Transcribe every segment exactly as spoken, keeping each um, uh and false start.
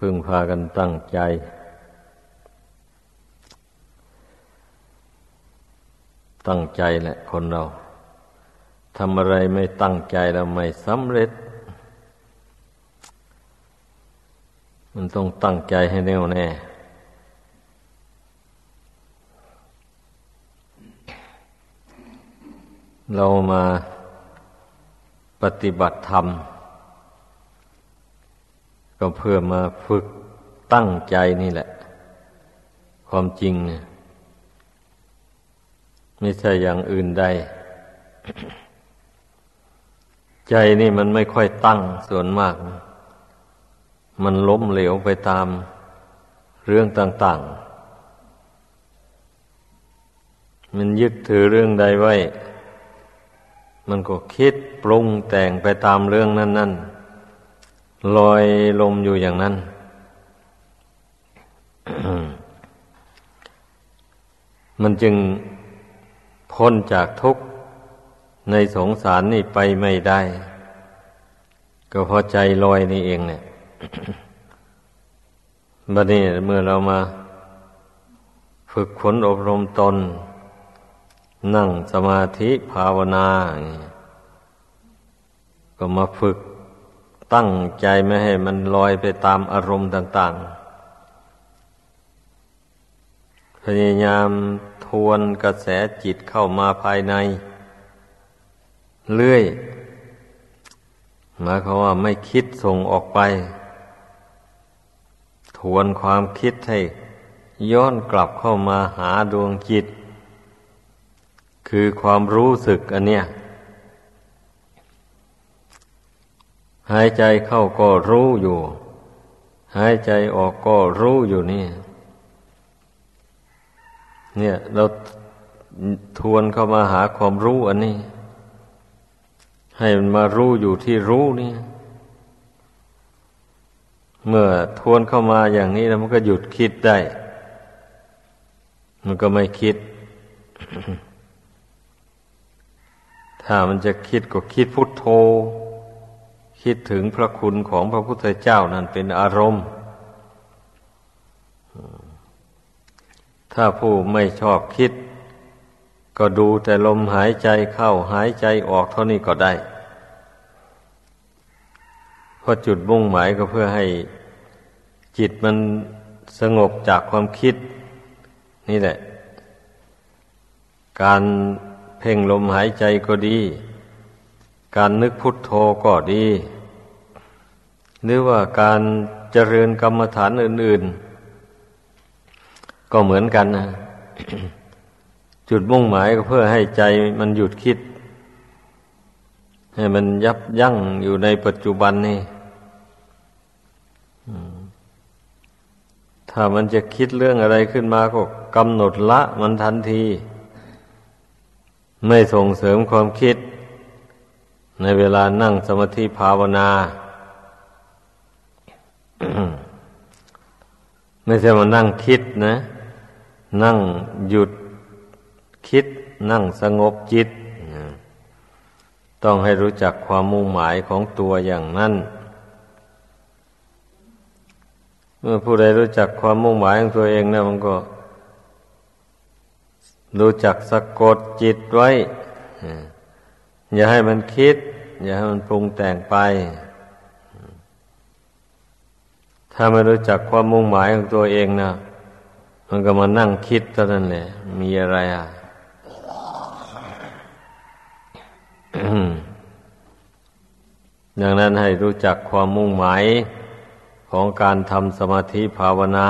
พึ่งพากันตั้งใจตั้งใจแหละคนเราทำอะไรไม่ตั้งใจแล้วไม่สำเร็จมันต้องตั้งใจให้แน่วแน่เรามาปฏิบัติธรรมก็เพื่อมาฝึกตั้งใจนี่แหละความจริงเนี่ยไม่ใช่อย่างอื่นใด ใจนี่มันไม่ค่อยตั้งส่วนมากมันล้มเหลวไปตามเรื่องต่างๆมันยึดถือเรื่องใดไว้มันก็คิดปรุงแต่งไปตามเรื่องนั้นๆลอยลมอยู่อย่างนั้น มันจึงพ้นจากทุกข์ในสงสารนี่ไปไม่ได้ก็เพราะใจลอยนี่เองเนี่ย บัดนี้เมื่อเรามาฝึกฝนอบรมตนนั่งสมาธิภาวนาก็มาฝึกตั้งใจไม่ให้มันลอยไปตามอารมณ์ต่างๆพยายามทวนกระแสจิตเข้ามาภายในเรื่อยหมายความว่าไม่คิดส่งออกไปทวนความคิดให้ย้อนกลับเข้ามาหาดวงจิตคือความรู้สึกอันเนี้ยหายใจเข้าก็รู้อยู่หายใจออกก็รู้อยู่นี่เนี่ยเราทวนเข้ามาหาความรู้อันนี้ให้มันมารู้อยู่ที่รู้นี่เมื่อทวนเข้ามาอย่างนี้แล้วมันก็หยุดคิดได้มันก็ไม่คิด ถ้ามันจะคิดก็คิดพุทโธคิดถึงพระคุณของพระพุทธเจ้านั่นเป็นอารมณ์ถ้าผู้ไม่ชอบคิดก็ดูแต่ลมหายใจเข้าหายใจออกเท่านี้ก็ได้เพราะจุดมุ่งหมายก็เพื่อให้จิตมันสงบจากความคิดนี่แหละการเพ่งลมหายใจก็ดีการนึกพุทโธก็ดีหรือว่าการเจริญกรรมฐานอื่นๆก็เหมือนกันนะ จุดมุ่งหมายก็เพื่อให้ใจมันหยุดคิดให้มันยับยั้งอยู่ในปัจจุบันนี่ถ้ามันจะคิดเรื่องอะไรขึ้นมาก็กำหนดละมันทันทีไม่ส่งเสริมความคิดในเวลานั่งสมาธิภาวนา ไม่ใช่มานั่งคิดนะนั่งหยุดคิดนั่งสงบจิตต้องให้รู้จักความมุ่งหมายของตัวอย่างนั้นเมื่อผู้ใดรู้จักความมุ่งหมายของตัวเองนะมันก็รู้จักสะกดจิตไว้อย่าให้มันคิดอย่าให้มันปรุงแต่งไปถ้าไม่รู้จักความมุ่งหมายของตัวเองนะมันก็มานั่งคิดเท่านั้นแหละมีอะไรอ่ะ ดังนั้นให้รู้จักความมุ่งหมายของการทำสมาธิภาวนา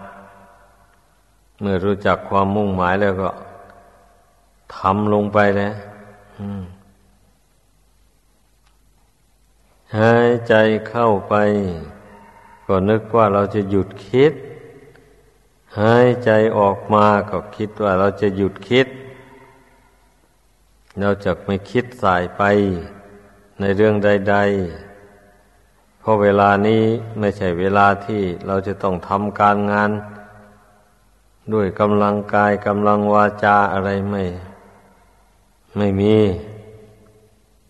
เมื่อรู้จักความมุ่งหมายแล้วก็ทำลงไปแล้วหายใจเข้าไปก็นึกว่าเราจะหยุดคิดหายใจออกมาก็คิดว่าเราจะหยุดคิดเราจะไม่คิดสายไปในเรื่องใดๆเพราะเวลานี้ไม่ใช่เวลาที่เราจะต้องทำการงานด้วยกำลังกายกำลังวาจาอะไรไม่ไม่มี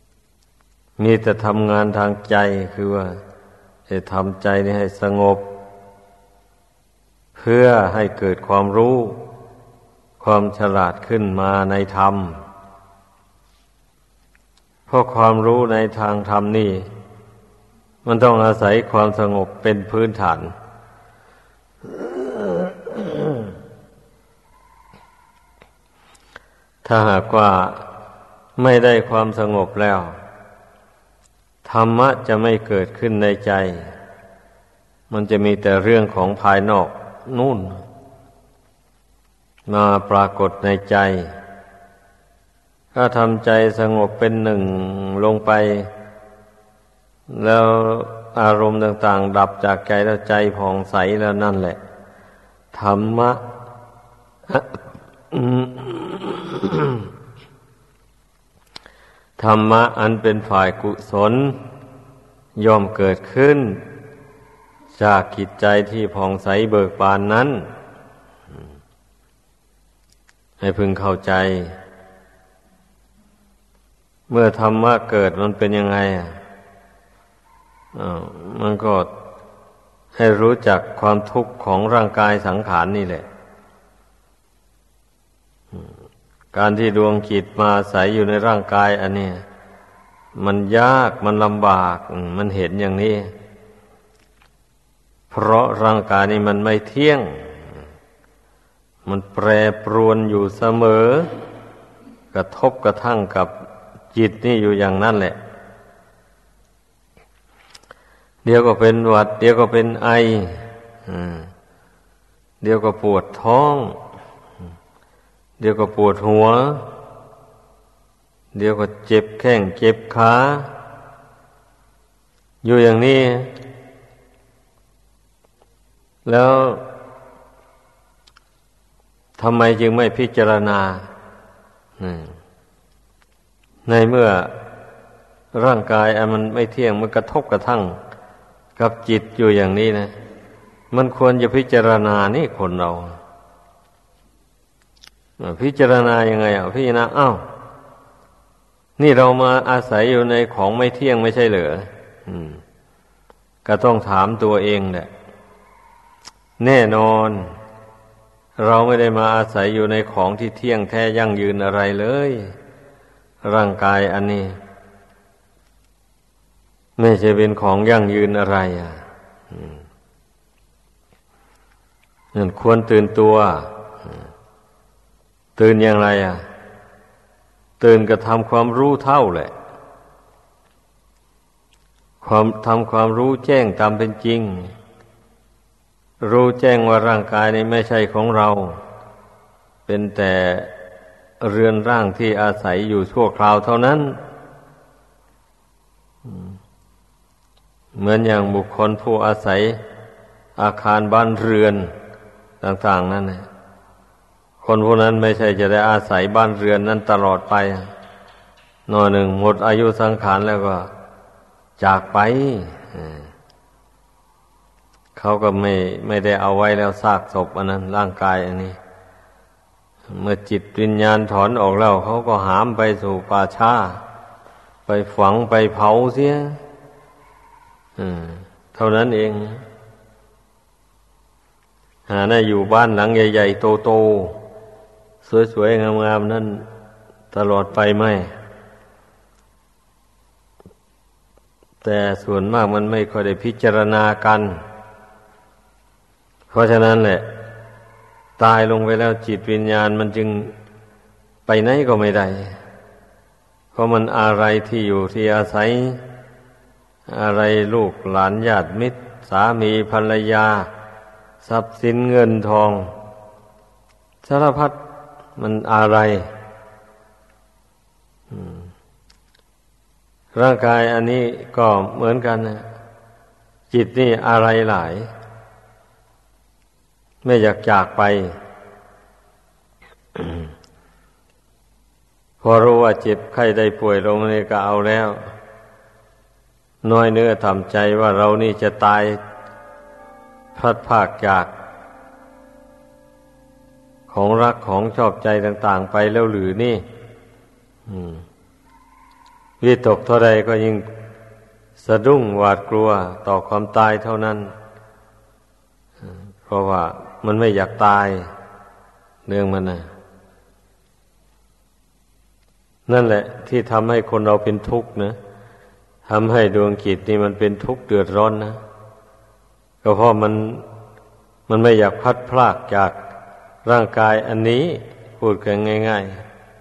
มีแต่ทำงานทางใจคือว่าจะทำใจนี้ให้สงบเพื่อให้เกิดความรู้ความฉลาดขึ้นมาในธรรมเพราะความรู้ในทางธรรมนี่มันต้องอาศัยความสงบเป็นพื้นฐานถ้าหากว่าไม่ได้ความสงบแล้วธรรมะจะไม่เกิดขึ้นในใจมันจะมีแต่เรื่องของภายนอกนู่นมาปรากฏในใจถ้าทำใจสงบเป็นหนึ่งลงไปแล้วอารมณ์ต่างๆดับจากใจแล้วใจผ่องใสแล้วนั่นแหละธรรมะ ธรรมะอันเป็นฝ่ายกุศลย่อมเกิดขึ้นจากจิตใจที่ผ่องใสเบิกบานนั้นให้พึงเข้าใจเมื่อธรรมะเกิดมันเป็นยังไงอ่ะมันก็ให้รู้จักความทุกข์ของร่างกายสังขาร นี่แหละการที่ดวงจิตมาอาศัยอยู่ในร่างกายอันนี้มันยากมันลำบากมันเห็นอย่างนี้เพราะร่างกายนี้มันไม่เที่ยงมันแปรปรวนอยู่เสมอกระทบกระทั่งกับจิตนี่อยู่อย่างนั้นแหละเดี๋ยวก็เป็นหวัดเดี๋ยวก็เป็นไอเดี๋ยวก็ปวดท้องเดี๋ยวก็ปวดหัวเดี๋ยวก็เจ็บแข้งเจ็บขาอยู่อย่างนี้แล้วทำไมจึงไม่พิจารณาในเมื่อร่างกายอันมันไม่เที่ยงมันกระทบกระทั่งกับจิตอยู่อย่างนี้นะมันควรจะพิจารณานี่คนเราพิจารณายังไงอ่ะพิจารณาอ้าวนี่เรามาอาศัยอยู่ในของไม่เที่ยงไม่ใช่เหรออืมก็ต้องถามตัวเองแหละแน่นอนเราไม่ได้มาอาศัยอยู่ในของที่เที่ยงแท้ยั่งยืนอะไรเลยร่างกายอันนี้ไม่ใช่เป็นของยั่งยืนอะไรอ่ะนั่นควรตื่นตัวตื่นอย่างไรอ่ะตื่นกระทำความรู้เท่าแหละความทำความรู้แจ้งตามเป็นจริงรู้แจ้งว่าร่างกายนี้ไม่ใช่ของเราเป็นแต่เรือนร่างที่อาศัยอยู่ชั่วคราวเท่านั้นเหมือนอย่างบุคคลผู้อาศัยอาคารบ้านเรือนต่างๆนั่นแหละคนพวกนั้นไม่ใช่จะได้อาศัยบ้านเรือนนั้นตลอดไปหน่อยหนึ่งหมดอายุสังขารแล้วก็จากไปเขาก็ไม่ไม่ได้เอาไว้แล้วซากศพอันนั้นร่างกายอันนี้เมื่อจิตวิญญาณถอนออกแล้วเขาก็หามไปสู่ป่าช้าไปฝังไปเผาเสียเท่านั้นเองหาได้อยู่บ้านหลังใหญ่ๆโตๆสวยๆงามๆนั่นตลอดไปไหมแต่ส่วนมากมันไม่ค่อยได้พิจารณากันเพราะฉะนั้นแหละตายลงไปแล้วจิตวิญญาณมันจึงไปไหนก็ไม่ได้เพราะมันอะไรที่อยู่ที่อาศัยอะไรลูกหลานญาติมิตรสามีภรรยาทรัพย์สินเงินทองสารพัดมันอะไรร่างกายอันนี้ก็เหมือนกันนะจิตนี่อะไรหลายไม่อยากจากไป พอรู้ว่าเจ็บไข้ได้ป่วยลงนี่ก็เอาแล้วน้อยเนื้อทำใจว่าเรานี่จะตายพลัดพรากจากของรักของชอบใจต่างๆไปแล้วหรือนี่วิตกเท่าใดก็ยิ่งสะดุ้งหวาดกลัวต่อความตายเท่านั้นเพราะว่ามันไม่อยากตายเรื่องมันนะนั่นแหละที่ทำให้คนเราเป็นทุกข์นะทำให้ดวงจิตนี่มันเป็นทุกข์เดือดร้อนนะก็เพราะมันมันไม่อยากพัดพรากจากร่างกายอันนี้พูดกันง่าย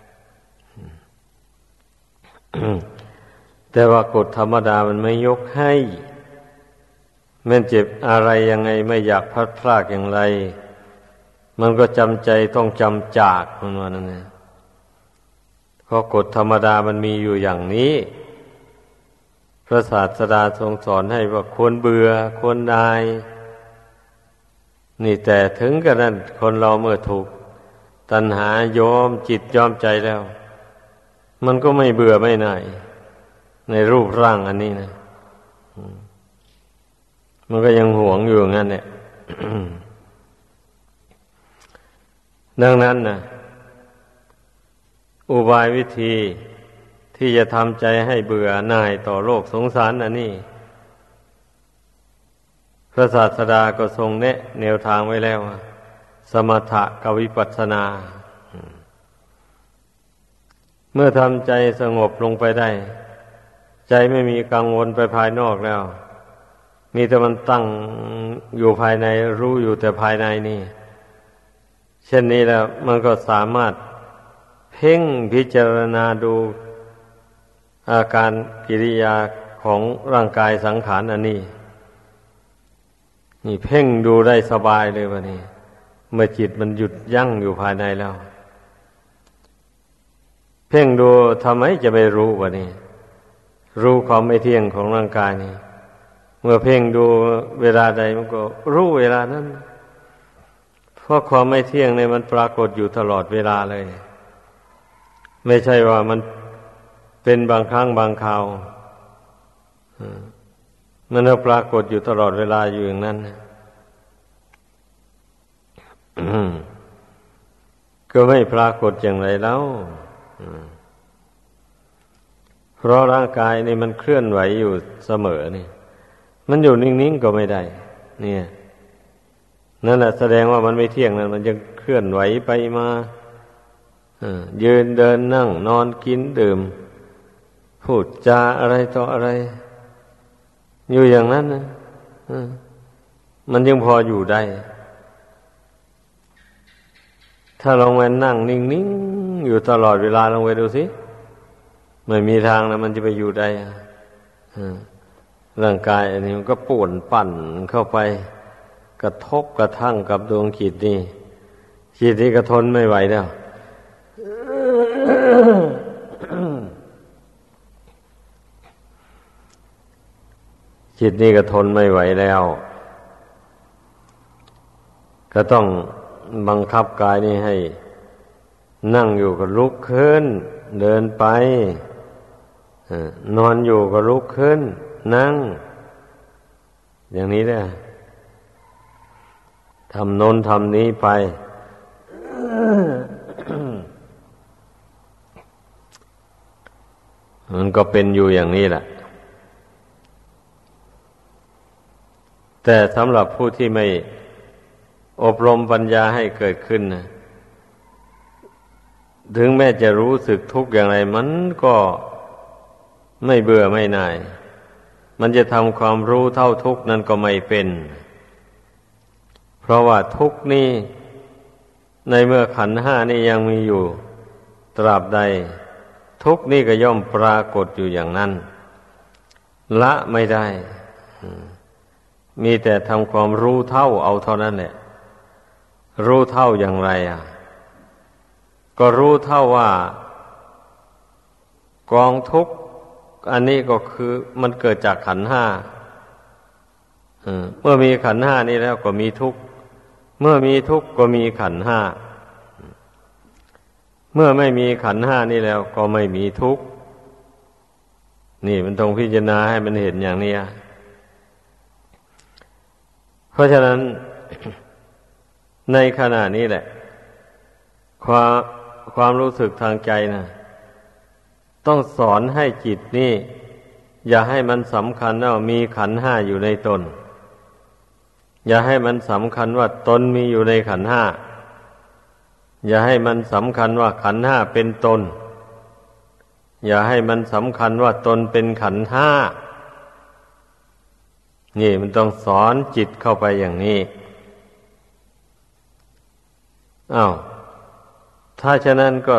ๆ แต่ว่ากฎธรรมดามันไม่ยกให้แม้เจ็บอะไรยังไงไม่อยากพัดพรากอย่างไรมันก็จำใจต้องจำจากมันว่านั่นเองเพราะกฎธรรมดามันมีอยู่อย่างนี้พระศาสดาทรงสอนให้ว่าควรเบื่อควรนายนี่แต่ถึงกระนั้นคนเราเมื่อถูกตัณหายอมจิตยอมใจแล้วมันก็ไม่เบื่อไม่นายในรูปร่างอันนี้นะมันก็ยังหวงอยู่งั้นเนี่ย ดังนั้นนะอุบายวิธีที่จะทำใจให้เบื่อหน่ายต่อโลกสงสารอันนี้พระศาสดาก็ทรงแนะแนวทางไว้แล้วสมถะกับวิปัสสนาเมื่อทำใจสงบลงไปได้ใจไม่มีกังวลไปภายนอกแล้วมีแต่มันตั้งอยู่ภายในรู้อยู่แต่ภายในนี่เช่นนี้แล้วมันก็สามารถเพ่งพิจารณาดูอาการกิริยาของร่างกายสังขารอันนี้นี่เพ่งดูได้สบายเลยวะนี่เมื่อจิตมันหยุดยั้งอยู่ภายในแล้วเพ่งดูทำไมจะไม่รู้วะนี่รู้ความไม่เที่ยงของร่างกายนี่เมื่อเพ่งดูเวลาใดมันก็รู้เวลานั้นเพราะความไม่เที่ยงเนี่ยมันปรากฏอยู่ตลอดเวลาเลยไม่ใช่ว่ามันเป็นบางครั้งบางคราวมันปรากฏอยู่ตลอดเวลาอยู่อย่างนั้นก็ไม่ปรากฏอย่างไรแล้วเพราะร่างกายนี่มันเคลื่อนไหวอยู่เสมอนี่มันอยู่นิ่งๆก็ไม่ได้เนี่ยนั่นแหละแสดงว่ามันไม่เที่ยงนั่นมันยังเคลื่อนไหวไปมายืนเดินนั่งนอนกินดื่มพูดจาอะไรต่ออะไรอยู่อย่างนั้นนะมันยังพออยู่ได้ถ้าลองไปนั่งนิ่งๆอยู่ตลอดเวลาลองไปดูสิไม่มีทางนะมันจะไปอยู่ได้ร่างกายอันนี้มันก็ป่วนปั่นเข้าไปกระทบกระทั่งกับดวงจิตนี่จิตนี่ก็ทนไม่ไหวแล้วจิตนี่ก็ทนไม่ไหวแล้วก็ต้องบังคับกายนี่ให้นั่งอยู่ก็ลุกขึ้นเดินไปนอนอยู่ก็ลุกขึ้นนั่งอย่างนี้แหละทำโน้นทำนี้ไปมันก็เป็นอยู่อย่างนี้แหละแต่สำหรับผู้ที่ไม่อบรมปัญญาให้เกิดขึ้นนะถึงแม้จะรู้สึกทุกข์อย่างไรมันก็ไม่เบื่อไม่น่ายมันจะทำความรู้เท่าทุกข์นั้นก็ไม่เป็นเพราะว่าทุกข์นี้ในเมื่อขันธ์ห้านี่ยังมีอยู่ตราบใดทุกข์นี่ก็ย่อมปรากฏอยู่อย่างนั้นละไม่ได้มีแต่ทำความรู้เท่าเอาเท่านั้นแหละรู้เท่าอย่างไรอ่ะก็รู้เท่าว่ากองทุกข์อันนี้ก็คือมันเกิดจากขันธ์ห้าเมื่อมีขันธ์ห้านี้แล้วก็มีทุกข์เมื่อมีทุกข์ก็มีขันธ์ห้าเมื่อไม่มีขันธ์ห้านี้แล้วก็ไม่มีทุกข์นี่มันต้องพิจารณาให้มันเห็นอย่างนี้เพราะฉะนั้น ในขณะนี้แหละความความรู้สึกทางใจนะต้องสอนให้จิตนี่อย่าให้มันสำคัญว่ามีขันธ์ห้าอยู่ในตนอย่าให้มันสำคัญว่าตนมีอยู่ในขันธ์ห้าอย่าให้มันสำคัญว่าขันธ์ห้าเป็นตนอย่าให้มันสำคัญว่าตนเป็นขันธ์ห้านี่มันต้องสอนจิตเข้าไปอย่างนี้อ้าวถ้าฉะนั้นก็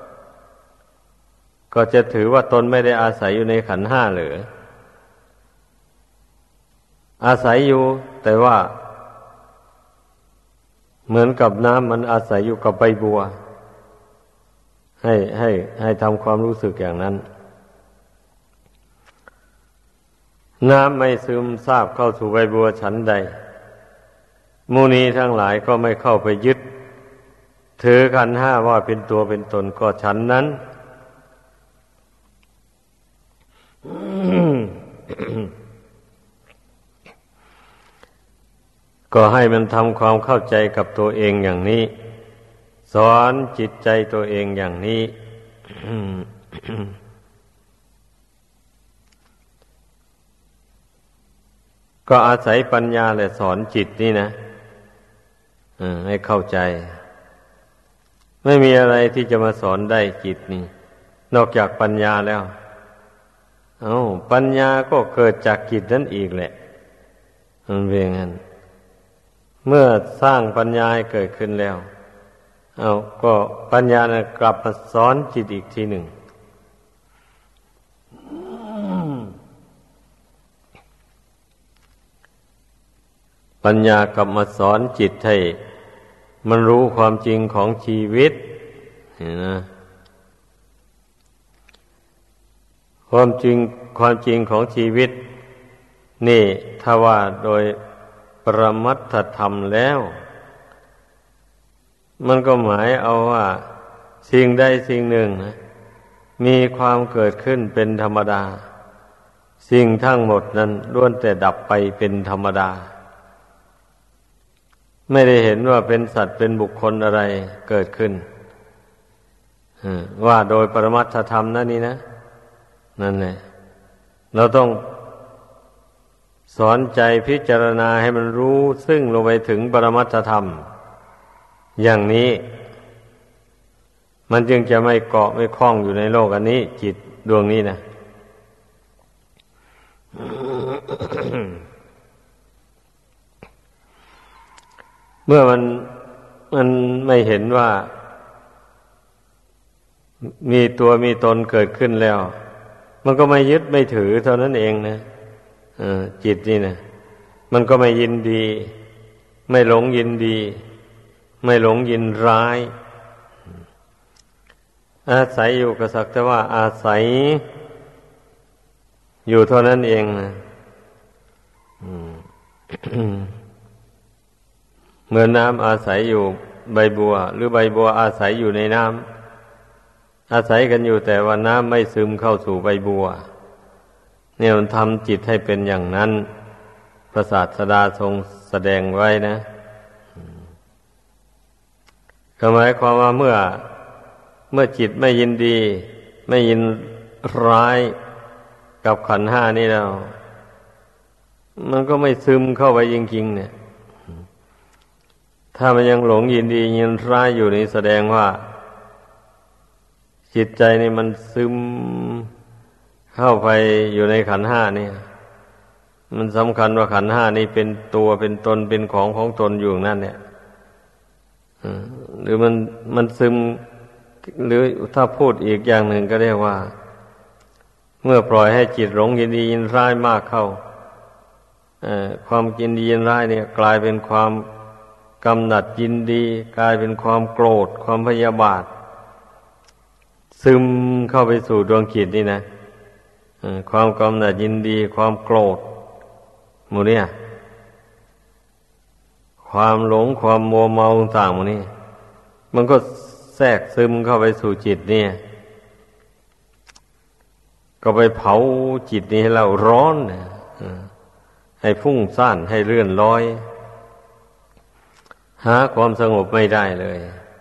ก็จะถือว่าตนไม่ได้อาศัยอยู่ในขันธ์ห้าหรืออาศัยอยู่แต่ว่าเหมือนกับน้ำมันอาศัยอยู่กับใบบัวให้ให้ให้ทำความรู้สึกอย่างนั้นน้ำไม่ซึมซาบเข้าสู่ใบบัวฉันใดมุนีทั้งหลายก็ไม่เข้าไปยึดถือขันธ์ห้าว่าเป็นตัวเป็นตนก็ฉันนั้น ก็ให้มันทำความเข้าใจกับตัวเองอย่างนี้สอนจิตใจตัวเองอย่างนี้ ก็อาศัยปัญญาแหละสอนจิตนี่นะให้เข้าใจไม่มีอะไรที่จะมาสอนได้จิตนี่นอกจากปัญญาแล้วเอาปัญญาก็เกิดจากจิตนั่นอีกแหละมันเป็นอย่างนั้นเมื่อสร้างปัญญาให้เกิดขึ้นแล้วเอาก็ปัญญานะกลับมาสอนจิตอีกทีหนึ่งปัญญากลับมาสอนจิตให้มันรู้ความจริงของชีวิตเห็นนะความจริงความจริงของชีวิตนี่ถ้าว่าโดยปรมัตถธรรมแล้วมันก็หมายเอาว่าสิ่งใดสิ่งหนึ่งนะมีความเกิดขึ้นเป็นธรรมดาสิ่งทั้งหมดนั้นล้วนแต่ดับไปเป็นธรรมดาไม่ได้เห็นว่าเป็นสัตว์เป็นบุคคลอะไรเกิดขึ้นว่าโดยปรมัตถธรรมนั่นนี่นะนั่นแหละเราต้องสอนใจพิจารณาให้มันรู้ซึ่งลงไปถึงปรมัตถธรรมอย่างนี้มันจึงจะไม่เกาะไม่คล้องอยู่ในโลกอันนี้จิตดวงนี้นะ เมื่อมันมันไม่เห็นว่ามีตัวมีตนเกิดขึ้นแล้วมันก็ไม่ยึดไม่ถือเท่านั้นเองนะจิตนี่นะมันก็ไม่ยินดีไม่หลงยินดีไม่หลงยินร้ายอาศัยอยู่ก็สักแต่ว่าอาศัยอยู่เท่านั้นเองนะเหมือนน้ำอาศัยอยู่ใบบัวหรือใบบัวอาศัยอยู่ในน้ำอาศัยกันอยู่แต่ว่าน้ำไม่ซึมเข้าสู่ใบบัวเนี่ยมันทำจิตให้เป็นอย่างนั้นพระศาสดาทรงแสดงไว้นะก็หมายความว่าเมื่อเมื่อจิตไม่ยินดีไม่ยินร้ายกับขันธ์ห้านี่แล้วมันก็ไม่ซึมเข้าไปจริงๆเนี่ยถ้ามันยังหลงยินดียินร้ายอยู่นี่แสดงว่าจิตใจนี่มันซึมเข้าไปอยู่ในขันธ์ห้านี่มันสำคัญว่าขันธ์ห้านี่เป็นตัวเป็นตนเป็นของของตนอยู่นั่นเนี่ยหรือมันมันซึมหรือถ้าพูดอีกอย่างหนึ่งก็เรียกว่าเมื่อปล่อยให้จิตหลงยินดียินร้ายมากเข้าความยินดียินร้ายเนี่ยกลายเป็นความกำหนัดยินดีกลายเป็นความโกรธความพยาบาทซึมเข้าไปสู่ดวงจิตนี่นะความกำหนัดยินดีความโกรธหมู่เนี่ยความหลงความมัวเมาต่างๆหมู่นี้มันก็แทรกซึมเข้าไปสู่จิตเนี่ยก็ไปเผาจิตนี้ให้เราร้อนให้ฟุ้งซ่านให้เลื่อนลอยหาความสงบไม่ได้เลย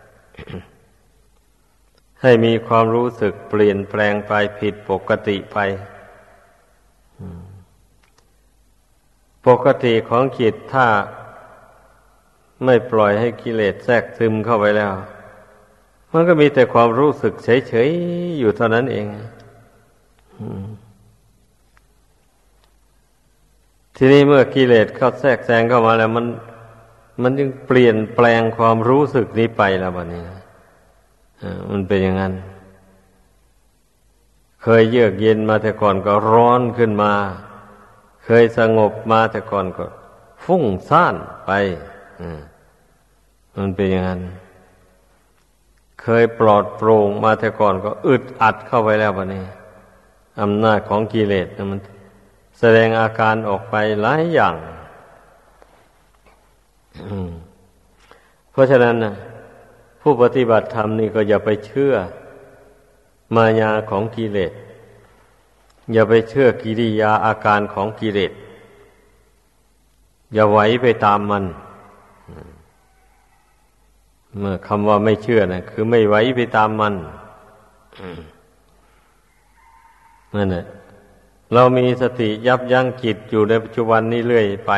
ให้มีความรู้สึกเปลี่ยนแปลงไปผิดปกติไปปกติของจิตถ้าไม่ปล่อยให้กิเลสแทรกซึมเข้าไปแล้วมันก็มีแต่ความรู้สึกเฉยๆอยู่เท่านั้นเองทีนี้เมื่อกิเลสเข้าแทรกแซงเข้ามาแล้วมันมันจึงเปลี่ยนแปลงความรู้สึกนี้ไปแล้วบัดนี้มันเป็นอย่างนั้นเคยเยือกเย็นมาแต่ก่อนก็ร้อนขึ้นมาเคยสงบมาแต่ก่อนก็ฟุ้งซ่านไปมันเป็นอย่างนั้นเคยปลอดโปร่งมาแต่ก่อนก็อึดอัดเข้าไปแล้วบัดนี้อำนาจของกิเลสมันแสดงอาการออกไปหลายอย่างเพราะฉะนั้นนะผู้ปฏิบัติธรรมนี่ก็อย่าไปเชื่อมายาของกิเลสอย่าไปเชื่อกิริยาอาการของกิเลสอย่าไหวไปตามมันเมื่อคำว่าไม่เชื่อนะคือไม่ไหวไปตามมันนั่นแหละเรามีสติยับยั้งจิตอยู่ในปัจจุบันนี้เรื่อยไป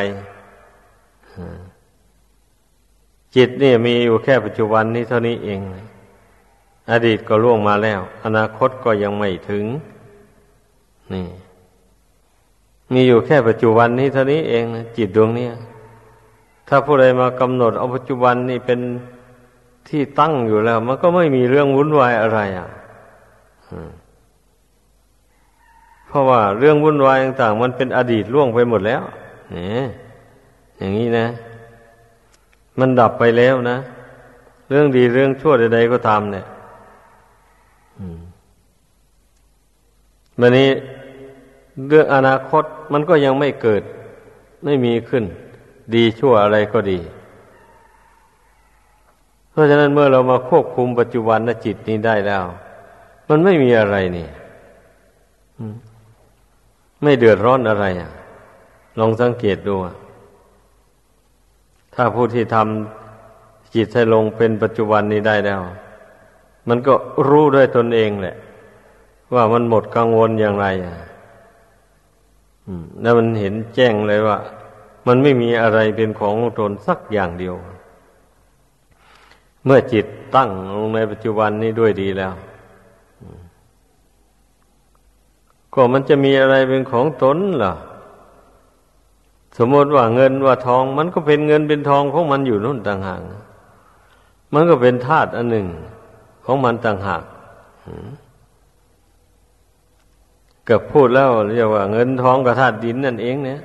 จิตนี่มีอยู่แค่ปัจจุบันนี้เท่านี้เองอดีตก็ล่วงมาแล้วอนาคตก็ยังไม่ถึงนี่มีอยู่แค่ปัจจุบันนี้เท่านี้เองนะจิตดวงนี้ถ้าผู้ใดมากำหนดเอาปัจจุบันนี่เป็นที่ตั้งอยู่แล้วมันก็ไม่มีเรื่องวุ่นวายอะไรอ่ะเพราะว่าเรื่องวุ่นวายต่างๆมันเป็นอดีตล่วงไปหมดแล้วนี่อย่างนี้นะมันดับไปแล้วนะเรื่องดีเรื่องชั่วใดๆก็ตามเนี่ยวันนี้เรื่องอนาคตมันก็ยังไม่เกิดไม่มีขึ้นดีชั่วอะไรก็ดีเพราะฉะนั้นเมื่อเรามาควบคุมปัจจุบันจิตนี้ได้แล้วมันไม่มีอะไรนี่ไม่เดือดร้อนอะไรอ่ะลองสังเกตดูถ้าผู้ที่ทำจิตให้ลงเป็นปัจจุบันนี้ได้แล้วมันก็รู้ด้วยตนเองแหละว่ามันหมดกังวลอย่างไรอ่ะแล้วมันเห็นแจ้งเลยว่ามันไม่มีอะไรเป็นของตนสักอย่างเดียวเมื่อจิตตั้งลงในปัจจุบันนี้ด้วยดีแล้วก็มันจะมีอะไรเป็นของตนล่ะสมมติว่าเงินว่าทองมันก็เป็นเงินเป็นทองของมันอยู่นู่นต่างหากมันก็เป็นธาตุอันหนึ่งของมันต่างหากก็พูดแล้วเรียกว่าเงินทองกับธาตุดินนั่นเองเนี่ย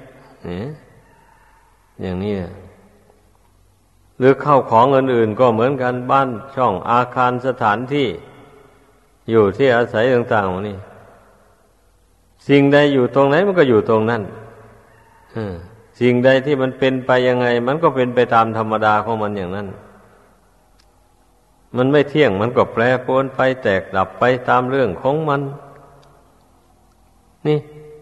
อย่างนี้หรือข้าวของอื่นๆก็เหมือนกันบ้านช่องอาคารสถานที่อยู่ที่อาศัยต่างๆนี่สิ่งใดอยู่ตรงไหนมันก็อยู่ตรงนั้นสิ่งใดที่มันเป็นไปยังไงมันก็เป็นไปตามธรรมดาของมันอย่างนั้นมันไม่เที่ยงมันก็แปรปรวนไปแตกดับไปตามเรื่องของมันนี่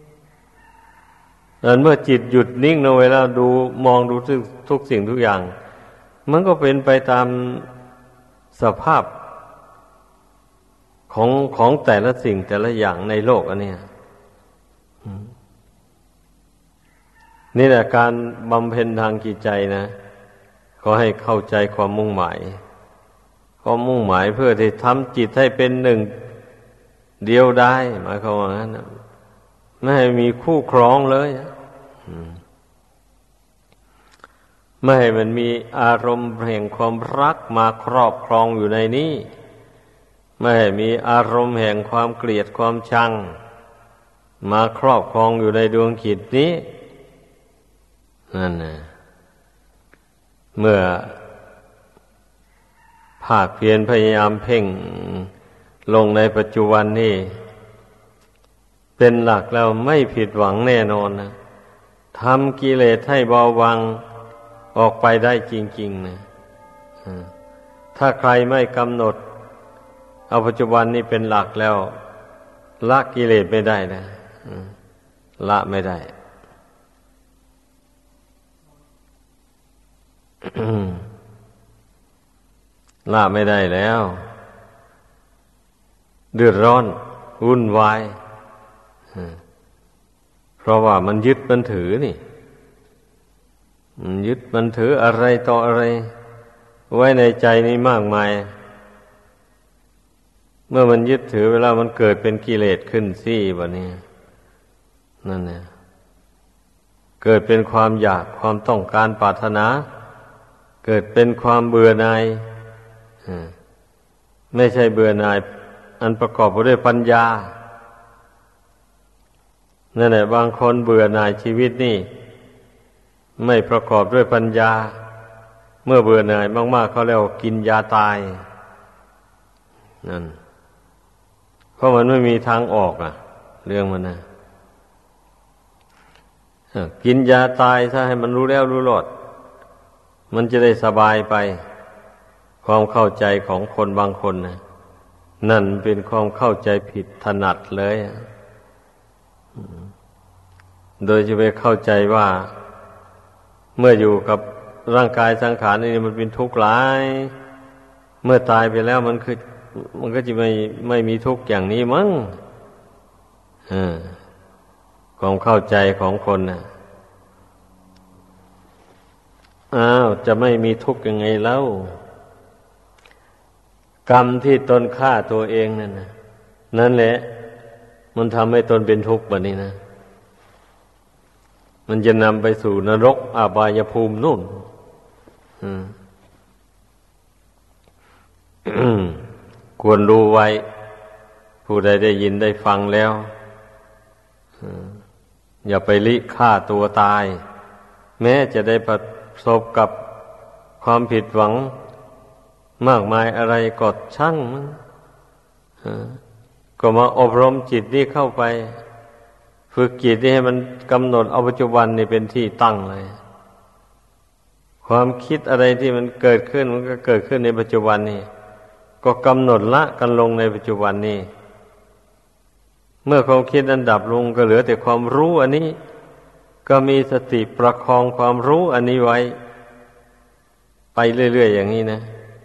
แต่เมื่อจิตหยุดนิ่งลงไปแล้วดูมองดูทุกทุกสิ่งทุกอย่างมันก็เป็นไปตามสภาพของของแต่ละสิ่งแต่ละอย่างในโลกอันเนี้ยนี่แหละการบำเพ็ญทางจิตใจนะขอให้เข้าใจความมุ่งหมายความมุ่งหมายเพื่อที่ทำจิตให้เป็นหนึ่งเดียวได้หมายความว่างั้นนะไม่ให้มีคู่ครองเลยไม่ให้มันมีอารมณ์แห่งความรักมาครอบครองอยู่ในนี้ไม่ให้มีอารมณ์แห่งความเกลียดความชังมาครอบครองอยู่ในดวงจิตนี้นั่นนะเมื่อภาคเพียรพยายามเพ่งลงในปัจจุบันนี่เป็นหลักแล้วไม่ผิดหวังแน่นอนนะทำกิเลสให้เบาบางออกไปได้จริงๆนะถ้าใครไม่กำหนดเอาปัจจุบันนี้เป็นหลักแล้วละกิเลสไม่ได้นะละไม่ได้ ละไม่ได้แล้วเดือดร้อนวุ่นวายเพราะว่ามันยึดมันถือนี่มันยึดมันถืออะไรต่ออะไรไว้ในใจนี้มากมายเมื่อมันยึดถือเวลามันเกิดเป็นกิเลสขึ้นสิบัดนี้นั่นแหละเกิดเป็นความอยากความต้องการปรารถนาเกิดเป็นความเบื่อหน่ายไม่ใช่เบื่อหน่ายอันประกอบไปด้วยปัญญานั่นแหละบางคนเบื่อหน่ายชีวิตนี่ไม่ประกอบด้วยปัญญาเมื่อเบื่อหน่ายมากๆเขาเรียกว่ากินยาตายนั่นเพราะมันไม่มีทางออกอ่ะเรื่องมันนะกินยาตายถ้าให้มันรู้แล้วรู้รอดมันจะได้สบายไปความเข้าใจของคนบางคนนะนั่นเป็นความเข้าใจผิดถนัดเลยโดยจะไปเข้าใจว่าเมื่ออยู่กับร่างกายสังขารนี่มันเป็นทุกข์หลายเมื่อตายไปแล้วมันคือมันก็จะไม่ไม่มีทุกข์อย่างนี้มั้งความเข้าใจของคนนะอ้าวจะไม่มีทุกข์ยังไงเล่ากรรมที่ตนฆ่าตัวเองนั่นนะนั่นแหละมันทำให้ตนเป็นทุกข์แบบนี้นะมันจะนำไปสู่นรกอบายภูมินู่นควรรู้ไว้ผู้ใดได้ยินได้ฟังแล้วอย่าไปลิฆ่าตัวตายแม้จะได้ประสบกับความผิดหวังมากมายอะไรก็ช่างมันก็มาอบรมจิตนี้เข้าไปฝึกจิตนี้ให้มันกำหนดเอาปัจจุบันนี่เป็นที่ตั้งเลยความคิดอะไรที่มันเกิดขึ้นมันก็เกิดขึ้นในปัจจุบันนี่ก็กำหนดละกันลงในปัจจุบันนี้เมื่อความคิดนั้นดับลงก็เหลือแต่ความรู้อันนี้ก็มีสติประคองความรู้อันนี้ไว้ไปเรื่อยๆอย่างนี้นะ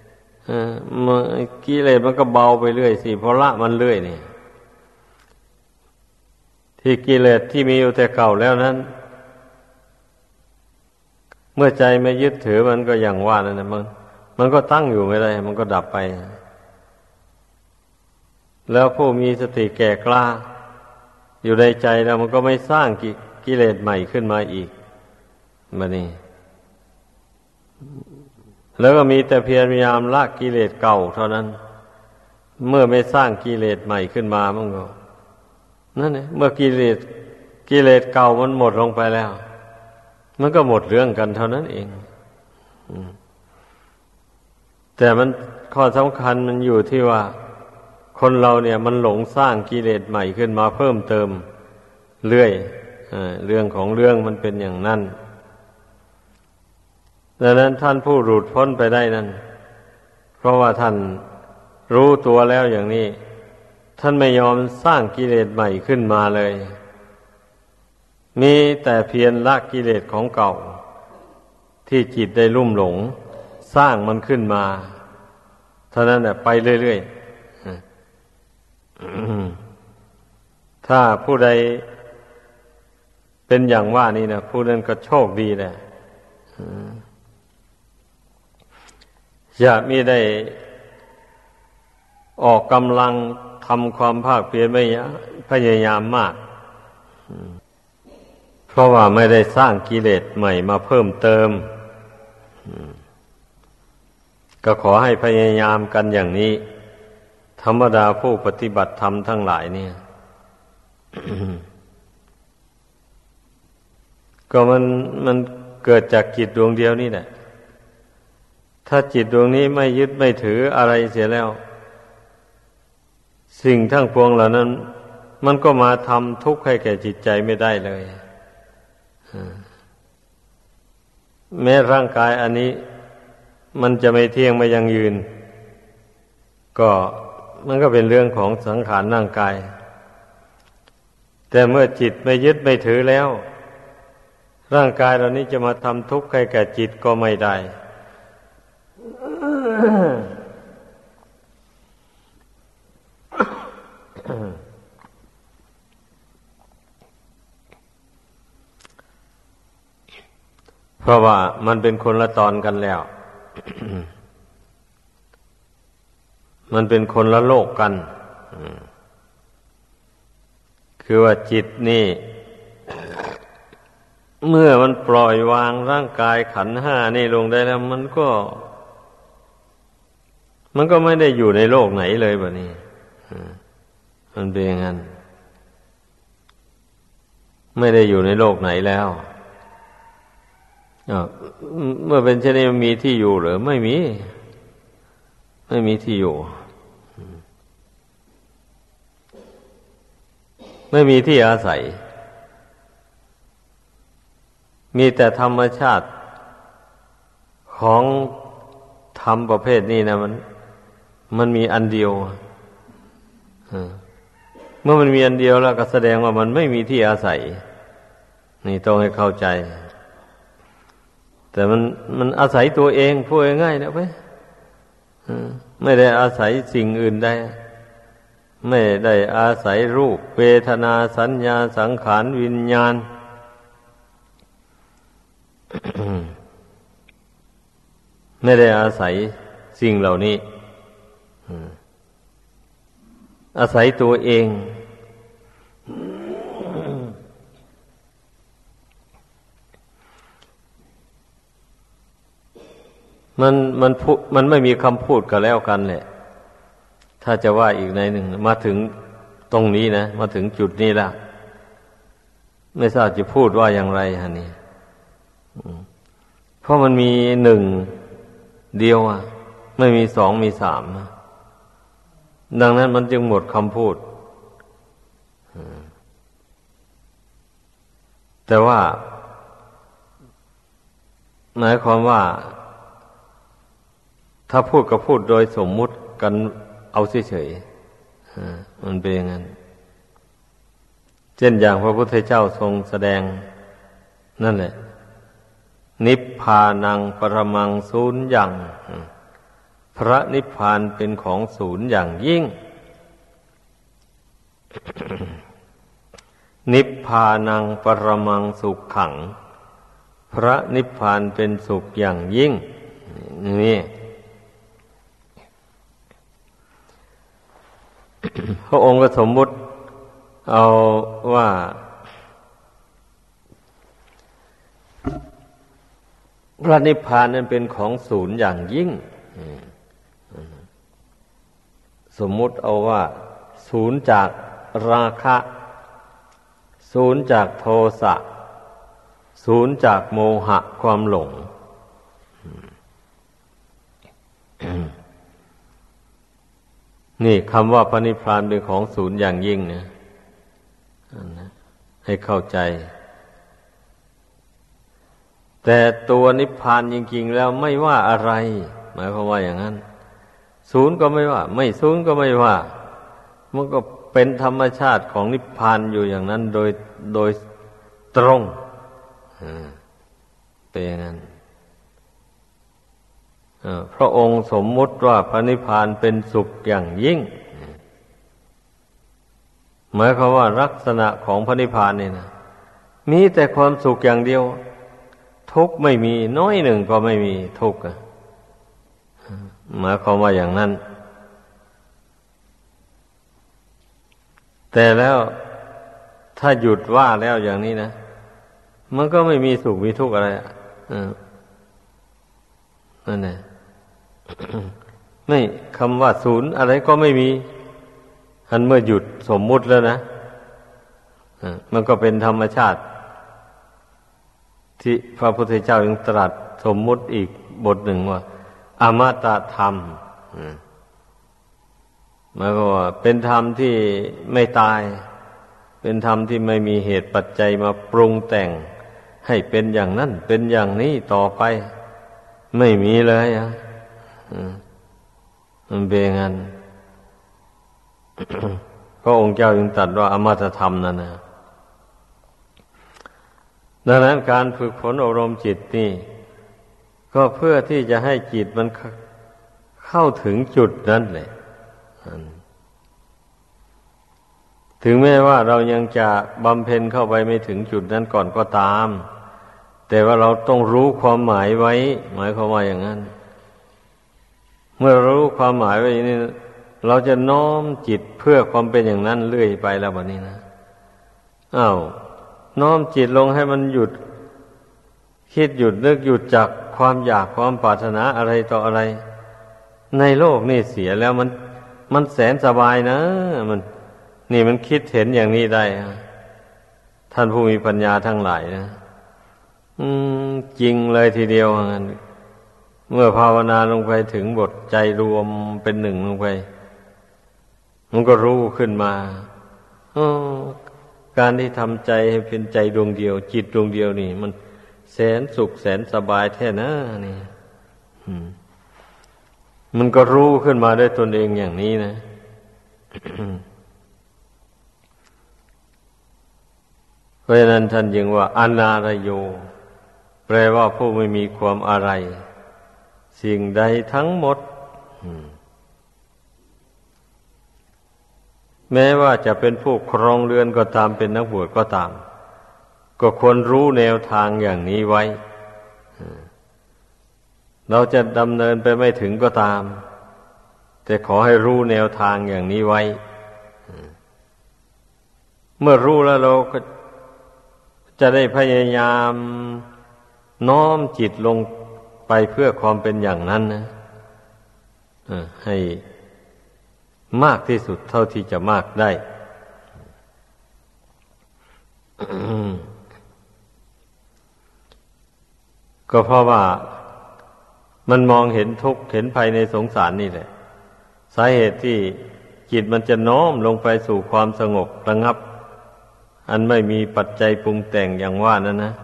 กิเลสมันก็เบาไปเรื่อยสิเพราะละมันเรื่อยนี่ที่กิเลสที่มีอยู่แต่เก่าแล้วนั้นเมื่อใจไม่ยึดถือมันก็อย่างว่านั่นนะมันมันก็ตั้งอยู่ไม่ได้มันก็ดับไปแล้วผู้มีสติแก่กล้าอยู่ในใจแล้วมันก็ไม่สร้างกิกิเลสใหม่ขึ้นมาอีกมานี่แล้วก็มีแต่เพียรพยายามละกิเลสเก่าเท่านั้นเมื่อไม่สร้างกิเลสใหม่ขึ้นมามันก็นั่นแหละเมื่อกิเลสกิเลสเก่ามันหมดลงไปแล้วมันก็หมดเรื่องกันเท่านั้นเองแต่มันข้อสำคัญมันอยู่ที่ว่าคนเราเนี่ยมันหลงสร้างกิเลสใหม่ขึ้นมาเพิ่มเติมเรื่อยเรื่องของเรื่องมันเป็นอย่างนั้นดังนั้นท่านผู้หลุดพ้นไปได้นั้นเพราะว่าท่านรู้ตัวแล้วอย่างนี้ท่านไม่ยอมสร้างกิเลสใหม่ขึ้นมาเลยมีแต่เพียรละกิเลสของเก่าที่จิตได้ลุ่มหลงสร้างมันขึ้นมาเท่านั้นแหละไปเรื่อยๆถ้าผู้ใดเป็นอย่างว่านี่นะผู้นั้นก็โชคดีแหละอย่ามีได้ออกกำลังทำความภาคเพียรไม่พยายามมากเพราะว่าไม่ได้สร้างกิเลสใหม่มาเพิ่มเติมก็ขอให้พยายามกันอย่างนี้ธรรมดาผู้ปฏิบัติธรรมทั้งหลายเนี่ย ก็มันมันเกิดจากจิตดวงเดียวนี่แหละถ้าจิตดวงนี้ไม่ยึดไม่ถืออะไรเสียแล้วสิ่งทั้งปวงเหล่านั้นมันก็มาทำทุกข์ให้แก่จิตใจไม่ได้เลยแม้ร่างกายอันนี้มันจะไม่เที่ยงไม่ยั่งยืนก็มันก็เป็นเรื่องของสังขารร่างกายแต่เมื่อจิตไม่ยึดไม่ถือแล้วร่างกายเหล่านี้จะมาทำทุกข์ให้แก่จิตก็ไม่ได้ เพราะว่ามันเป็นคนละตอนกันแล้ว มันเป็นคนละโลกกันคือว่าจิตนี่ เมื่อมันปล่อยวางร่างกายขันธ์ห้านี่ลงได้แล้วมันก็ มันก็ไม่ได้อยู่ในโลกไหนเลยแบบนี้มันเป็นอย่างนั้นไม่ได้อยู่ในโลกไหนแล้วเมื่อเป็นเช่นนี้มันมีที่อยู่หรือไม่มีไม่มีที่อยู่ไม่มีที่อาศัยมีแต่ธรรมชาติของธรรมประเภทนี้นะมันมันมีอันเดียวเมื่อมันมีอันเดียวแล้วก็แสดงว่ามันไม่มีที่อาศัยนี่ต้องให้เข้าใจแต่มันมันอาศัยตัวเองพูดง่ายๆนะเว้ยไม่ได้อาศัยสิ่งอื่นใดไม่ได้อาศัยรูปเวทนาสัญญาสังขารวิญญาณ ไม่ได้อาศัยสิ่งเหล่านี้อาศัยตัวเองมันมันพูดมันไม่มีคำพูดกันแล้วกันแหละถ้าจะว่าอีกในหนึ่งมาถึงตรงนี้นะมาถึงจุดนี้แล้วไม่ทราบจะพูดว่าอย่างไรฮะนี่เพราะมันมีหนึ่งเดียวอ่ะไม่มีสองมีสามดังนั้นมันจึงหมดคำพูดแต่ว่าหมายความว่าถ้าพูดก็พูดโดยสมมุติกันเอาเฉยๆมันเป็นอย่างนั้นเช่นอย่างพระพุทธเจ้าทรงแสดงนั่นแหละนิพพานังปรมังสูญญังพระนิพพานเป็นของสูญอย่างยิ่ง นิพพานังปรมังสุขขังพระนิพพานเป็นสุขอย่างยิ่งนี่พระองค์ก็สมมุติเอาว่าพระนิพพานนั้นเป็นของศูนย์อย่างยิ่งสมมุติเอาว่าศูนย์จากราคะศูนย์จากโทสะศูนย์จากโมหะความหลงนี่คำว่าพระนิพพานเป็นของศูนย์อย่างยิ่งเนี่ยให้เข้าใจแต่ตัวนิพพานจริงๆแล้วไม่ว่าอะไรหมายความว่าอย่างนั้นศูนย์ก็ไม่ว่าไม่ศูนย์ก็ไม่ว่ามันก็เป็นธรรมชาติของนิพพานอยู่อย่างนั้นโดยโดยตรงเป็นอย่างนั้นพระองค์สมมุติว่าพระนิพพานเป็นสุขอย่างยิ่งหมายความว่าลักษณะของพระนิพพานนี่นะมีแต่ความสุขอย่างเดียวทุกข์ไม่มีน้อยหนึ่งก็ไม่มีทุกข์หมายความว่าอย่างนั้นแต่แล้วถ้าหยุดว่าแล้วอย่างนี้นะมันก็ไม่มีสุขมีทุกข์อะไรนั่นแหละไม่คำว่าศูนย์อะไรก็ไม่มีอันเมื่อหยุดสมมุติแล้วนะมันก็เป็นธรรมชาติที่พระพุทธเจ้ายังตรัสสมมุติอีกบทหนึ่งว่าอมตะธรรมหมายความว่าเป็นธรรมที่ไม่ตายเป็นธรรมที่ไม่มีเหตุปัจจัยมาปรุงแต่งให้เป็นอย่างนั้นเป็นอย่างนี้ต่อไปไม่มีเลยอ่ะมันเป็นงั้น พระองค์เจ้าจึงตรัสว่าอมตะธรรมนั่นนะดังนั้นการฝึกฝนอบรมจิตนี่ก็เพื่อที่จะให้จิตมันเข้าถึงจุดนั้นแหละถึงแม้ว่าเรายังจะบำเพ็ญเข้าไปไม่ถึงจุดนั้นก่อนก็ตามแต่ว่าเราต้องรู้ความหมายไว้หมายความว่าอย่างนั้นเมื่อรู้ความหมายไว้นี่เราจะน้อมจิตเพื่อความเป็นอย่างนั้นเรื่อยไปแล้วบัดนี้นะอ้าวน้อมจิตลงให้มันหยุดคิดหยุดนึกหยุดจากความอยากความปรารถนาอะไรต่ออะไรในโลกนี่เสียแล้วมันมันแสนสบายนะมันนี่มันคิดเห็นอย่างนี้ได้ท่านผู้มีปัญญาทั้งหลายนะอืมจริงเลยทีเดียวงั้นเมื่อภาวนาลงไปถึงบทใจรวมเป็นหนึ่งลงไปมันก็รู้ขึ้นมาอ๋อการที่ทำใจให้เป็นใจดวงเดียวจิตดวงเดียวนี่มันแสนสุขแสนสบายแท้นะนี่มันก็รู้ขึ้นมาด้วยตนเองอย่างนี้นะ เพราะฉะนั้นท่านจึงว่าอนาลโยแปลว่าผู้ไม่มีความอะไรสิ่งใดทั้งหมดแม้ว่าจะเป็นผู้ครองเรือนก็ตามเป็นนักบวชก็ตามก็ควรรู้แนวทางอย่างนี้ไว้เราจะดำเนินไปไม่ถึงก็ตามแต่ขอให้รู้แนวทางอย่างนี้ไว้เมื่อรู้แล้วเราก็จะได้พยายามน้อมจิตลงไปเพื่อความเป็นอย่างนั้นนะให้มากที่สุดเท่าที่จะมากได้ ก็เพราะว่ามันมองเห็นทุกข์เห็นภัยในสงสารนี่แหละสาเหตุที่จิตมันจะโน้มลงไปสู่ความสงบระงับอันไม่มีปัจจัยปรุงแต่งอย่างว่านั้นนะ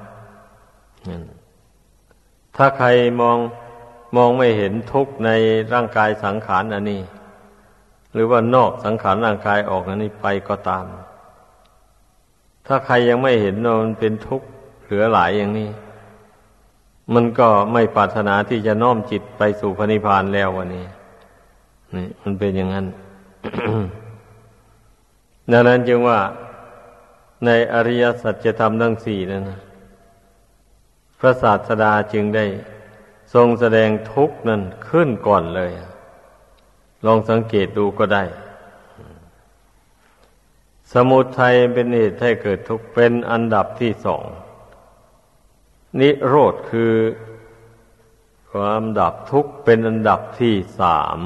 ถ้าใครมองมองไม่เห็นทุกข์ในร่างกายสังขารอันนี้หรือว่านอกสังขารร่างกายออกอันนี้ไปก็ตามถ้าใครยังไม่เห็นว่ามันเป็นทุกข์เหลือหลายอย่างนี้มันก็ไม่ปรารถนาที่จะน้อมจิตไปสู่พระนิพพานแล้ววันนี้นี่มันเป็นอย่างนั้น ดังนั้นจึงว่าในอริยสัจธรรมทั้งสี่นั่นนะพระศาสดาจึงได้ทรงแสดงทุกข์นั้นขึ้นก่อนเลยลองสังเกตดูก็ได้สมุทัยเป็นเหตุให้เกิดทุกข์เป็นอันดับที่สองนิโรธคือความดับทุกข์เป็นอันดับที่สาม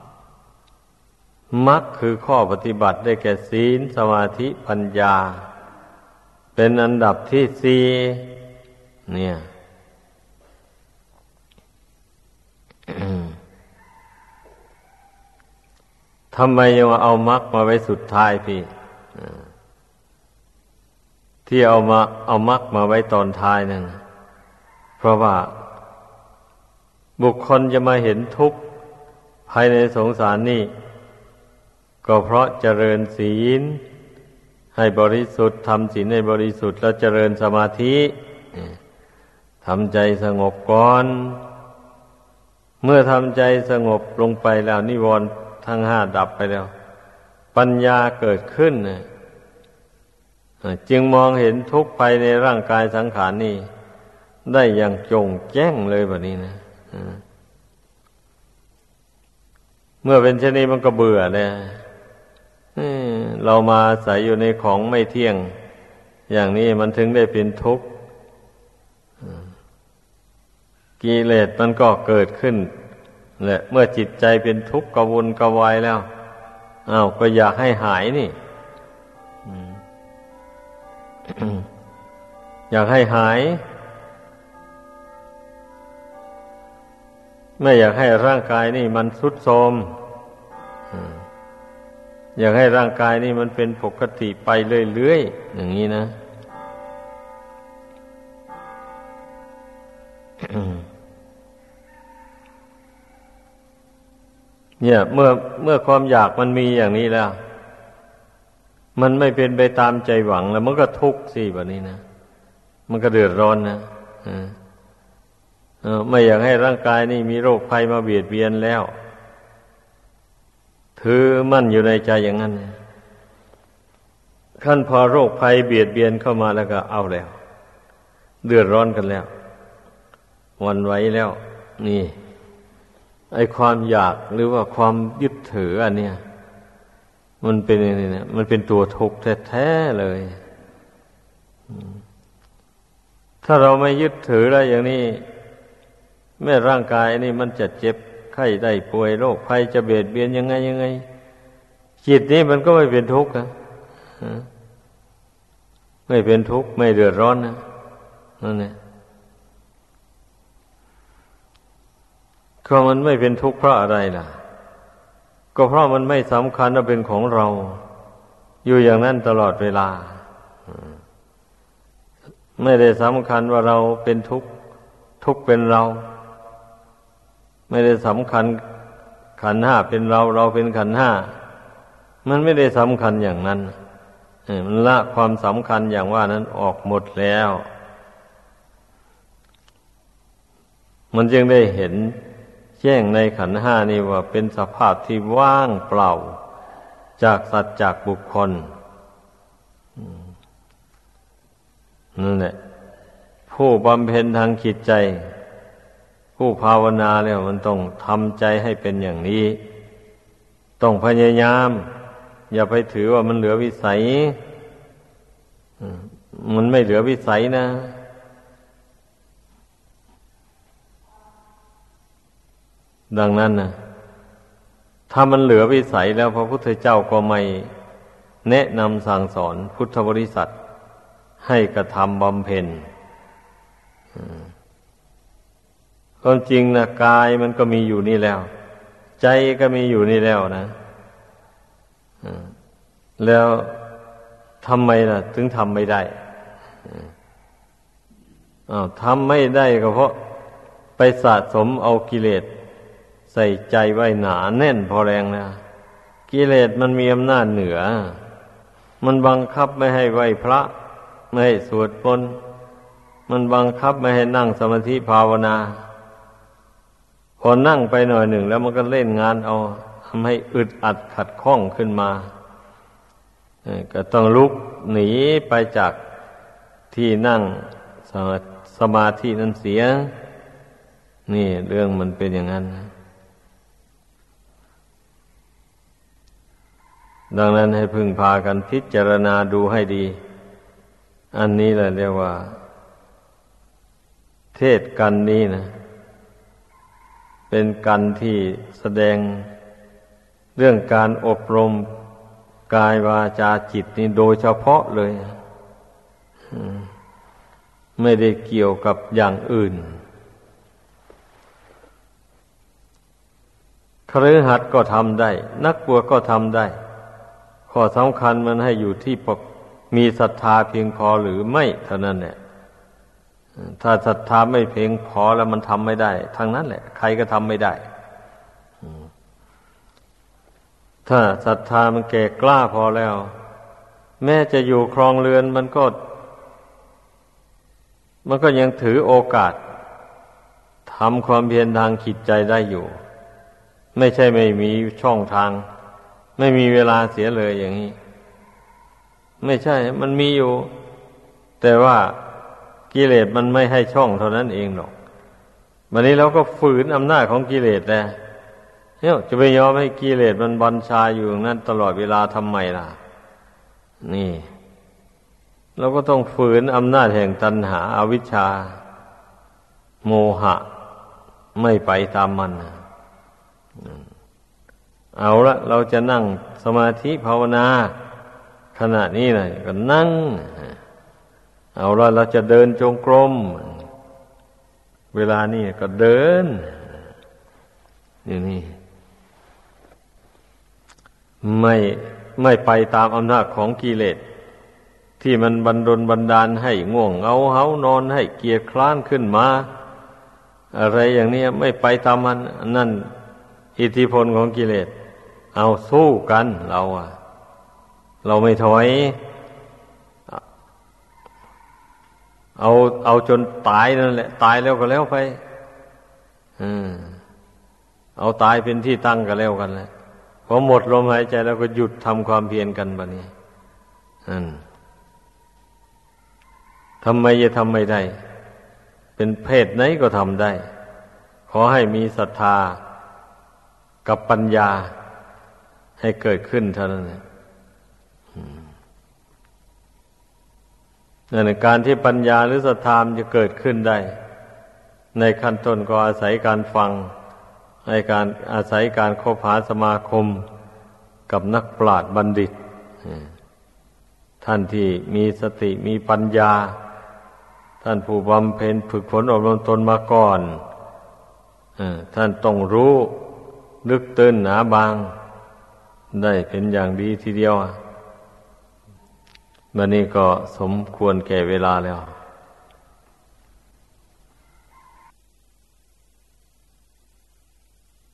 มรรคคือข้อปฏิบัติได้แก่ศีลสมาธิปัญญาเป็นอันดับที่สี่เนี่ย ทำไมยังเอามรรคมาไว้สุดท้ายพี่ที่เอามาเอามรรคมาไว้ตอนท้ายนั่นเพราะว่าบุคคลจะมาเห็นทุกข์ภายในสงสารนี่ก็เพราะเจริญศีลให้บริสุทธิ์ทำศีลให้บริสุทธิ์แล้วเจริญสมาธิทำใจสงบก่อนเมื่อทำใจสงบลงไปแล้วนิวรณ์ทั้งห้าดับไปแล้วปัญญาเกิดขึ้นจึงมองเห็นทุกข์ภายในร่างกายสังขารนี่ได้อย่างจงแจ้งเลยแบบนี้นะเมื่อเป็นเช่นนี้มันก็เบื่อเลยเรามาอาศัยอยู่ในของไม่เที่ยงอย่างนี้มันถึงได้เป็นทุกข์กิเลสมันก็เกิดขึ้นแหละเมื่อจิตใจเป็นทุกข์กระวนกระวายแล้วอ้าวก็อยากให้หายนี่ อยากให้หายไม่อยากให้ร่างกายนี่มันทรุดโทรมอยากให้ร่างกายนี่มันเป็นปกติไปเรื่อยๆอย่างนี้นะ เนี่ยเมื่อเมื่อความอยากมันมีอย่างนี้แล้วมันไม่เป็นไปตามใจหวังแล้วมันก็ทุกข์สิแบบนี้นะมันก็เดือดร้อนนะอ่าไม่อยากให้ร่างกายนี่มีโรคภัยมาเบียดเบียนแล้วถือมั่นอยู่ในใจอย่างนั้นขั้นพอโรคภัยเบียดเบียนเข้ามาแล้วก็เอาแล้วเดือดร้อนกันแล้วหวั่นไหวแล้วนี่ไอ้ความอยากหรือว่าความยึดถืออันเนี้ยมันเป็นนี่เนี่ยมันเป็นตัวทุกข์แท้ๆเลยถ้าเราไม่ยึดถือแล้วอย่างนี้แม้ร่างกายนี่มันจะเจ็บไข้ได้ป่วยโรคภัยจะเบียดเบียนยังไงยังไงจิตนี้มันก็ไม่เป็นทุกข์นะไม่เป็นทุกข์ไม่เดือดร้อนนะนั่นแหละก็มันไม่เป็นทุกข์เพราะอะไรล่ะก็เพราะมันไม่สำคัญว่าเป็นของเราอยู่อย่างนั้นตลอดเวลาไม่ได้สำคัญว่าเราเป็นทุกข์ทุกข์เป็นเราไม่ได้สำคัญขันธ์ห้าเป็นเราเราเป็นขันธ์ห้ามันไม่ได้สำคัญอย่างนั้นมันละความสำคัญอย่างว่านั้นออกหมดแล้วมันจึงได้เห็นแจ้งในขันธ์ห้านี่ว่าเป็นสภาพที่ว่างเปล่าจากสัตว์จากบุคคลนั่นแหละผู้บำเพ็ญทางจิตใจผู้ภาวนาแล้วมันต้องทำใจให้เป็นอย่างนี้ต้องพยายามอย่าไปถือว่ามันเหลือวิสัยมันไม่เหลือวิสัยนะดังนั้นนะถ้ามันเหลือวิสัยแล้วพระพุทธเจ้าก็ไม่แนะนำสั่งสอนพุทธบริษัทให้กระทำบำเพ็ญความจริงนะกายมันก็มีอยู่นี่แล้วใจก็มีอยู่นี่แล้วนะแล้วทำไมล่ะถึงทำไม่ได้อ้าวทำไม่ได้ก็เพราะไปสะสมเอากิเลสใส่ใจไว้หนาแน่นพอแรงนะกิเลสมันมีอำนาจเหนือมันบังคับไม่ให้ไหว้พระไม่ให้สวดมนต์มันบังคับไม่ให้นั่งสมาธิภาวนาพอนั่งไปหน่อยหนึ่งแล้วมันก็เล่นงานเอาทำให้อึดอัดขัดข้องขึ้นมาก็ต้องลุกหนีไปจากที่นั่งสมาธินั้นเสียนี่เรื่องมันเป็นอย่างนั้นดังนั้นให้พึงพากันพิจารณาดูให้ดีอันนี้แหละเรียกว่าเทศกันนี้นะเป็นกันที่แสดงเรื่องการอบรมกายวาจาจิตนี่โดยเฉพาะเลยไม่ได้เกี่ยวกับอย่างอื่นคฤหัสถ์ก็ทำได้นักบวชก็ทำได้ข้อสำคัญมันให้อยู่ที่มีศรัทธาเพียงพอหรือไม่เท่านั้นแหละถ้าศรัทธาไม่เพียงพอแล้วมันทำไม่ได้ทั้งนั้นแหละใครก็ทำไม่ได้ถ้าศรัทธามันแก่กล้าพอแล้วแม้จะอยู่ครองเรือนมันก็มันก็ยังถือโอกาสทำความเพียรทางจิตใจได้อยู่ไม่ใช่ไม่มีช่องทางไม่มีเวลาเสียเลยอย่างนี้ไม่ใช่มันมีอยู่แต่ว่ากิเลสมันไม่ให้ช่องเท่านั้นเองหรอกวันนี้เราก็ฝืนอำนาจของกิเลสแล้วเนี่ยจะไปยอมให้กิเลสมันบัญชาอยู่อย่างนั้นตลอดเวลาทำไมล่ะนี่เราก็ต้องฝืนอำนาจแห่งตัณหาอวิชชาโมหะไม่ไปตามมันเอาละเราจะนั่งสมาธิภาวนาขณะนี้นะก็นั่งเอาละเราจะเดินจงกรมเวลานี้ก็เดินอย่างนี้ไม่ไม่ไปตามอำนาจของกิเลสที่มันบันดลบันดาลให้ง่วงเหงาเฮานอนให้เกียจคร้านขึ้นมาอะไรอย่างนี้ไม่ไปตามมันนั่นอิทธิพลของกิเลสเอาสู้กันเราอะเราไม่ถอยเอาเอาจนตายนั่นแหละตายแล้วก็แล้วไปอืมเอาตายเป็นที่ตั้งก็แล้วกันแหละพอหมดลมหายใจแล้วก็หยุดทำความเพียรกันบัดนี้นั่นทำไมจะทำไม่ได้เป็นเพศไหนก็ทำได้ขอให้มีศรัทธากับปัญญาให้เกิดขึ้นเท่านั้นนั่นแหละการที่ปัญญาหรือศรัทธาจะเกิดขึ้นได้ในขั้นต้นก็อาศัยการฟังในการอาศัยการคบหาสมาคมกับนักปราชญ์บัณฑิตท่านที่มีสติมีปัญญาท่านผู้บำเพ็ญฝึกฝนอบรมตนมาก่อนท่านต้องรู้ลึกตื้นหนาบางได้เป็นอย่างดีทีเดียววันนี้ก็สมควรแก่เวลาแล้ว